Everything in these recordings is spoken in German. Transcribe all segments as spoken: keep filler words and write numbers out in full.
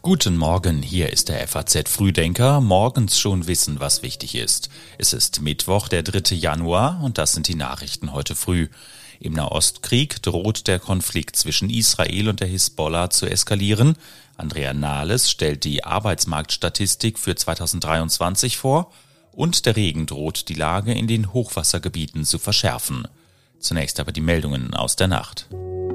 Guten Morgen, hier ist der F A Z-Frühdenker. Morgens schon wissen, was wichtig ist. Es ist Mittwoch, der dritte Januar, und das sind die Nachrichten heute früh. Im Nahostkrieg droht der Konflikt zwischen Israel und der Hisbollah zu eskalieren. Andrea Nahles stellt die Arbeitsmarktstatistik für zweitausenddreiundzwanzig vor. Und der Regen droht, die Lage in den Hochwassergebieten zu verschärfen. Zunächst aber die Meldungen aus der Nacht.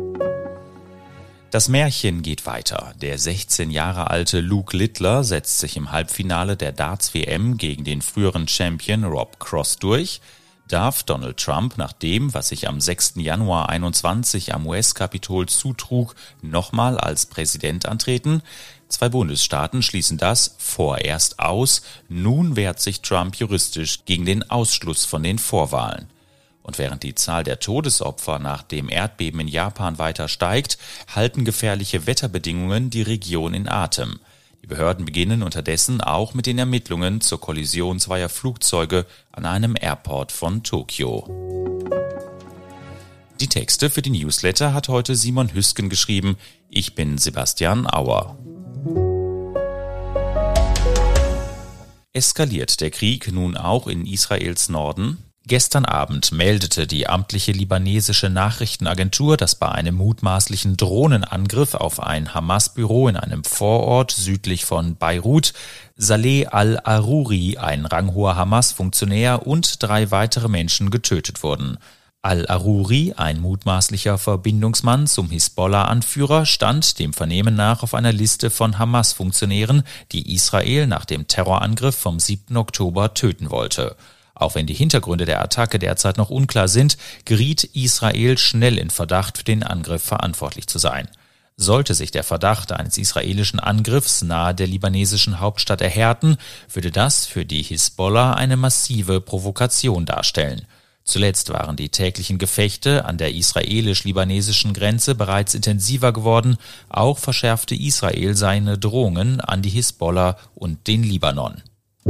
Das Märchen geht weiter. Der sechzehn Jahre alte Luke Littler setzt sich im Halbfinale der Darts-W M gegen den früheren Champion Rob Cross durch. Darf Donald Trump nach dem, was sich am sechsten Januar einundzwanzig am U S-Kapitol zutrug, nochmal als Präsident antreten? Zwei Bundesstaaten schließen das vorerst aus. Nun wehrt sich Trump juristisch gegen den Ausschluss von den Vorwahlen. Und während die Zahl der Todesopfer nach dem Erdbeben in Japan weiter steigt, halten gefährliche Wetterbedingungen die Region in Atem. Die Behörden beginnen unterdessen auch mit den Ermittlungen zur Kollision zweier Flugzeuge an einem Airport von Tokio. Die Texte für die Newsletter hat heute Simon Hüsken geschrieben. Ich bin Sebastian Auer. Eskaliert der Krieg nun auch in Israels Norden? Gestern Abend meldete die amtliche libanesische Nachrichtenagentur, dass bei einem mutmaßlichen Drohnenangriff auf ein Hamas-Büro in einem Vorort südlich von Beirut Saleh al-Aruri, ein ranghoher Hamas-Funktionär, und drei weitere Menschen getötet wurden. Al-Aruri, ein mutmaßlicher Verbindungsmann zum Hisbollah-Anführer, stand dem Vernehmen nach auf einer Liste von Hamas-Funktionären, die Israel nach dem Terrorangriff vom siebten Oktober töten wollte. Auch wenn die Hintergründe der Attacke derzeit noch unklar sind, geriet Israel schnell in Verdacht, für den Angriff verantwortlich zu sein. Sollte sich der Verdacht eines israelischen Angriffs nahe der libanesischen Hauptstadt erhärten, würde das für die Hisbollah eine massive Provokation darstellen. Zuletzt waren die täglichen Gefechte an der israelisch-libanesischen Grenze bereits intensiver geworden. Auch verschärfte Israel seine Drohungen an die Hisbollah und den Libanon.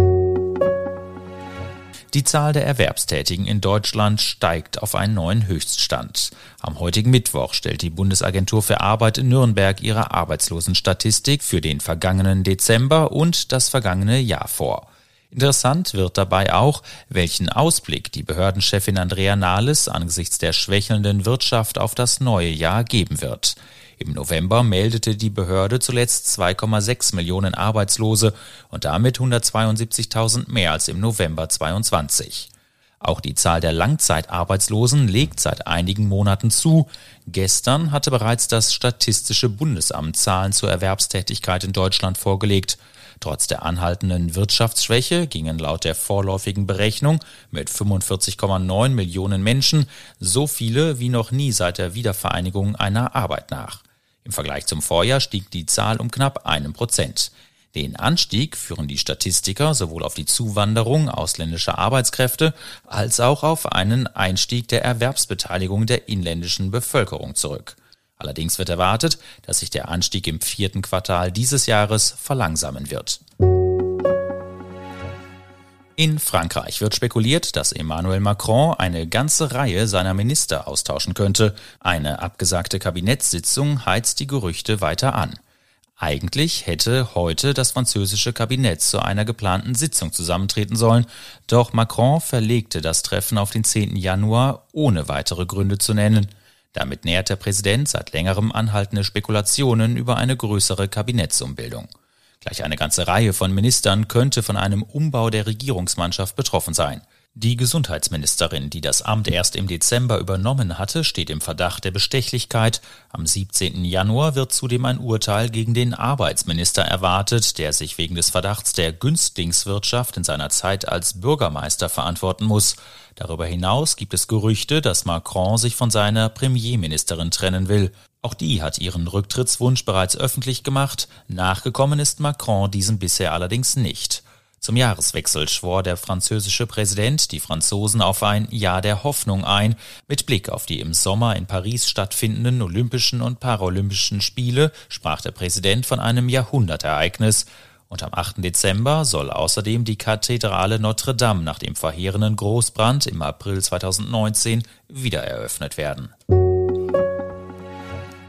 Die Zahl der Erwerbstätigen in Deutschland steigt auf einen neuen Höchststand. Am heutigen Mittwoch stellt die Bundesagentur für Arbeit in Nürnberg ihre Arbeitslosenstatistik für den vergangenen Dezember und das vergangene Jahr vor. Interessant wird dabei auch, welchen Ausblick die Behördenchefin Andrea Nahles angesichts der schwächelnden Wirtschaft auf das neue Jahr geben wird. Im November meldete die Behörde zuletzt zwei Komma sechs Millionen Arbeitslose und damit hundertzweiundsiebzigtausend mehr als im November zweiundzwanzig. Auch die Zahl der Langzeitarbeitslosen legt seit einigen Monaten zu. Gestern hatte bereits das Statistische Bundesamt Zahlen zur Erwerbstätigkeit in Deutschland vorgelegt. Trotz der anhaltenden Wirtschaftsschwäche gingen laut der vorläufigen Berechnung mit fünfundvierzig Komma neun Millionen Menschen so viele wie noch nie seit der Wiedervereinigung einer Arbeit nach. Im Vergleich zum Vorjahr stieg die Zahl um knapp einen Prozent. Den Anstieg führen die Statistiker sowohl auf die Zuwanderung ausländischer Arbeitskräfte als auch auf einen Einstieg der Erwerbsbeteiligung der inländischen Bevölkerung zurück. Allerdings wird erwartet, dass sich der Anstieg im vierten Quartal dieses Jahres verlangsamen wird. In Frankreich wird spekuliert, dass Emmanuel Macron eine ganze Reihe seiner Minister austauschen könnte. Eine abgesagte Kabinettssitzung heizt die Gerüchte weiter an. Eigentlich hätte heute das französische Kabinett zu einer geplanten Sitzung zusammentreten sollen, doch Macron verlegte das Treffen auf den zehnten Januar, ohne weitere Gründe zu nennen. Damit nährt der Präsident seit längerem anhaltende Spekulationen über eine größere Kabinettsumbildung. Gleich eine ganze Reihe von Ministern könnte von einem Umbau der Regierungsmannschaft betroffen sein. Die Gesundheitsministerin, die das Amt erst im Dezember übernommen hatte, steht im Verdacht der Bestechlichkeit. Am siebzehnten Januar wird zudem ein Urteil gegen den Arbeitsminister erwartet, der sich wegen des Verdachts der Günstlingswirtschaft in seiner Zeit als Bürgermeister verantworten muss. Darüber hinaus gibt es Gerüchte, dass Macron sich von seiner Premierministerin trennen will. Auch die hat ihren Rücktrittswunsch bereits öffentlich gemacht. Nachgekommen ist Macron diesem bisher allerdings nicht. Zum Jahreswechsel schwor der französische Präsident die Franzosen auf ein Jahr der Hoffnung ein. Mit Blick auf die im Sommer in Paris stattfindenden Olympischen und Paralympischen Spiele sprach der Präsident von einem Jahrhundertereignis. Und am achten Dezember soll außerdem die Kathedrale Notre Dame nach dem verheerenden Großbrand im April zweitausendneunzehn wieder eröffnet werden.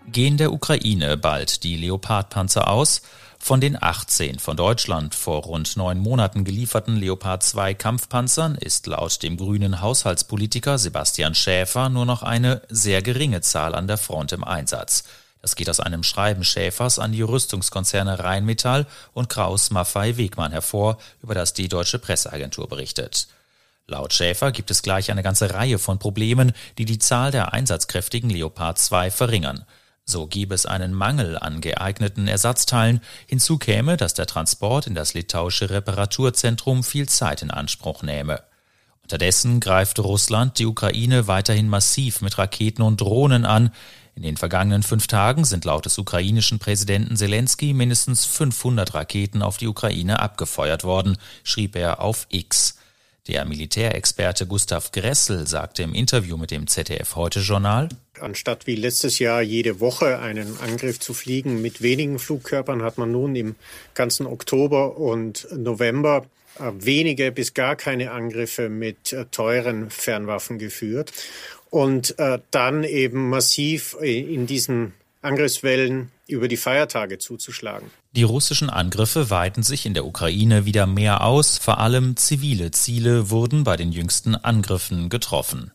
Gehen der Ukraine bald die Leopard-Panzer aus? Von den achtzehn von Deutschland vor rund neun Monaten gelieferten Leopard zwei Kampfpanzern ist laut dem grünen Haushaltspolitiker Sebastian Schäfer nur noch eine sehr geringe Zahl an der Front im Einsatz. Das geht aus einem Schreiben Schäfers an die Rüstungskonzerne Rheinmetall und Krauss Maffei Wegmann hervor, über das die Deutsche Presseagentur berichtet. Laut Schäfer gibt es gleich eine ganze Reihe von Problemen, die die Zahl der einsatzkräftigen Leopard zwei verringern. So gäbe es einen Mangel an geeigneten Ersatzteilen. Hinzu käme, dass der Transport in das litauische Reparaturzentrum viel Zeit in Anspruch nähme. Unterdessen greift Russland die Ukraine weiterhin massiv mit Raketen und Drohnen an. In den vergangenen fünf Tagen sind laut des ukrainischen Präsidenten Selenskyj mindestens fünfhundert Raketen auf die Ukraine abgefeuert worden, schrieb er auf X. Der Militärexperte Gustav Gressel sagte im Interview mit dem Z D F-Heute-Journal: Anstatt wie letztes Jahr jede Woche einen Angriff zu fliegen mit wenigen Flugkörpern, hat man nun im ganzen Oktober und November wenige bis gar keine Angriffe mit teuren Fernwaffen geführt und dann eben massiv in diesen Angriffswellen über die Feiertage zuzuschlagen. Die russischen Angriffe weiten sich in der Ukraine wieder mehr aus. Vor allem zivile Ziele wurden bei den jüngsten Angriffen getroffen.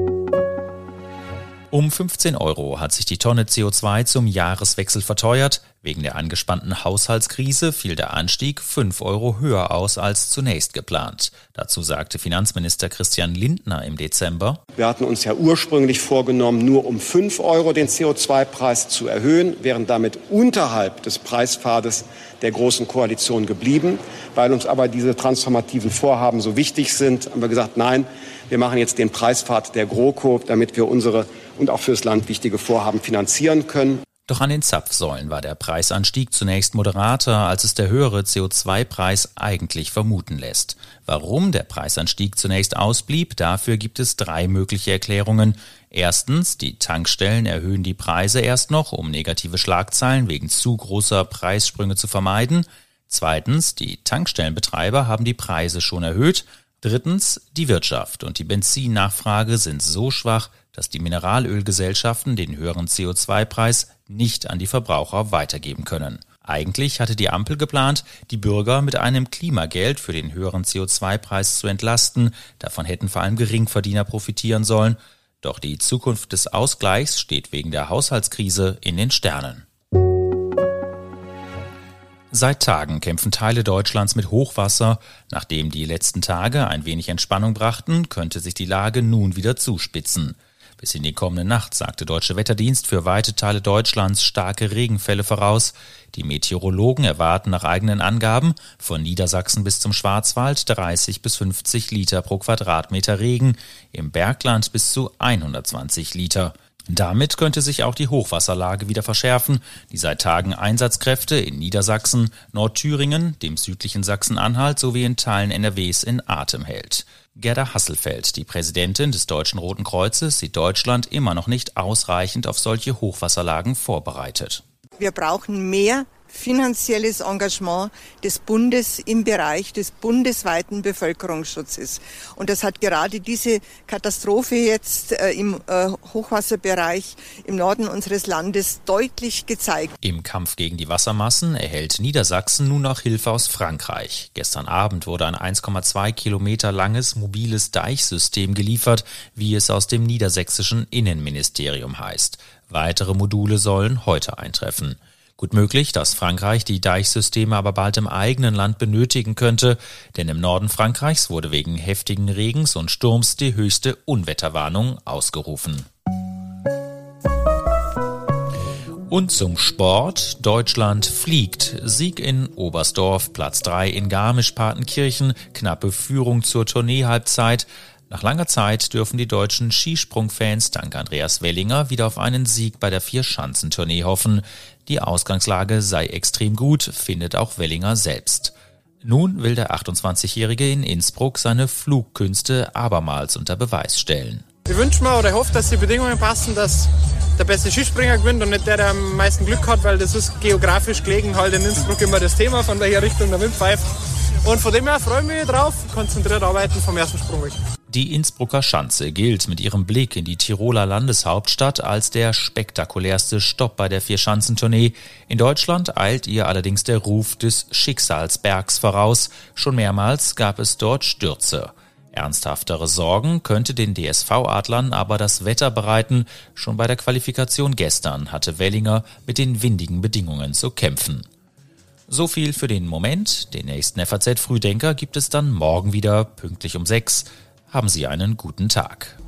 Um fünfzehn Euro hat sich die Tonne C O zwei zum Jahreswechsel verteuert. Wegen der angespannten Haushaltskrise fiel der Anstieg fünf Euro höher aus als zunächst geplant. Dazu sagte Finanzminister Christian Lindner im Dezember: Wir hatten uns ja ursprünglich vorgenommen, nur um fünf Euro den C O zwei Preis zu erhöhen, wären damit unterhalb des Preispfades der Großen Koalition geblieben. Weil uns aber diese transformativen Vorhaben so wichtig sind, haben wir gesagt, nein, wir machen jetzt den Preispfad der GroKo, damit wir unsere und auch fürs Land wichtige Vorhaben finanzieren können. Doch an den Zapfsäulen war der Preisanstieg zunächst moderater, als es der höhere C O zwei Preis eigentlich vermuten lässt. Warum der Preisanstieg zunächst ausblieb, dafür gibt es drei mögliche Erklärungen. Erstens, die Tankstellen erhöhen die Preise erst noch, um negative Schlagzeilen wegen zu großer Preissprünge zu vermeiden. Zweitens, die Tankstellenbetreiber haben die Preise schon erhöht. Drittens, die Wirtschaft und die Benzinnachfrage sind so schwach, dass die Mineralölgesellschaften den höheren C O zwei Preis nicht an die Verbraucher weitergeben können. Eigentlich hatte die Ampel geplant, die Bürger mit einem Klimageld für den höheren C O zwei Preis zu entlasten. Davon hätten vor allem Geringverdiener profitieren sollen. Doch die Zukunft des Ausgleichs steht wegen der Haushaltskrise in den Sternen. Seit Tagen kämpfen Teile Deutschlands mit Hochwasser. Nachdem die letzten Tage ein wenig Entspannung brachten, könnte sich die Lage nun wieder zuspitzen. Bis in die kommende Nacht sagt der Deutsche Wetterdienst für weite Teile Deutschlands starke Regenfälle voraus. Die Meteorologen erwarten nach eigenen Angaben von Niedersachsen bis zum Schwarzwald dreißig bis fünfzig Liter pro Quadratmeter Regen, im Bergland bis zu hundertzwanzig Liter. Damit könnte sich auch die Hochwasserlage wieder verschärfen, die seit Tagen Einsatzkräfte in Niedersachsen, Nordthüringen, dem südlichen Sachsen-Anhalt sowie in Teilen N R Ws in Atem hält. Gerda Hasselfeld, die Präsidentin des Deutschen Roten Kreuzes, sieht Deutschland immer noch nicht ausreichend auf solche Hochwasserlagen vorbereitet. Wir brauchen mehr finanzielles Engagement des Bundes im Bereich des bundesweiten Bevölkerungsschutzes. Und das hat gerade diese Katastrophe jetzt äh, im äh, Hochwasserbereich im Norden unseres Landes deutlich gezeigt. Im Kampf gegen die Wassermassen erhält Niedersachsen nun auch Hilfe aus Frankreich. Gestern Abend wurde ein eins Komma zwei Kilometer langes mobiles Deichsystem geliefert, wie es aus dem niedersächsischen Innenministerium heißt. Weitere Module sollen heute eintreffen. Gut möglich, dass Frankreich die Deichsysteme aber bald im eigenen Land benötigen könnte, denn im Norden Frankreichs wurde wegen heftigen Regens und Sturms die höchste Unwetterwarnung ausgerufen. Und zum Sport. Deutschland fliegt. Sieg in Oberstdorf, Platz drei in Garmisch-Partenkirchen, knappe Führung zur Tournee-Halbzeit. Nach langer Zeit dürfen die deutschen Skisprungfans dank Andreas Wellinger wieder auf einen Sieg bei der Vier-Schanzentournee hoffen. Die Ausgangslage sei extrem gut, findet auch Wellinger selbst. Nun will der achtundzwanzigjährige in Innsbruck seine Flugkünste abermals unter Beweis stellen. Ich wünsche mir oder hoffe, dass die Bedingungen passen, dass der beste Skispringer gewinnt und nicht der, der am meisten Glück hat, weil das ist geografisch gelegen halt in Innsbruck immer das Thema, von welcher Richtung der Wind pfeift. Und von dem her freue ich mich drauf, konzentriert arbeiten vom ersten Sprung weg. Die Innsbrucker Schanze gilt mit ihrem Blick in die Tiroler Landeshauptstadt als der spektakulärste Stopp bei der Vierschanzentournee. In Deutschland eilt ihr allerdings der Ruf des Schicksalsbergs voraus. Schon mehrmals gab es dort Stürze. Ernsthaftere Sorgen könnte den D S V-Adlern aber das Wetter bereiten. Schon bei der Qualifikation gestern hatte Wellinger mit den windigen Bedingungen zu kämpfen. So viel für den Moment. Den nächsten F A Z-Frühdenker gibt es dann morgen wieder, pünktlich um sechs. Haben Sie einen guten Tag.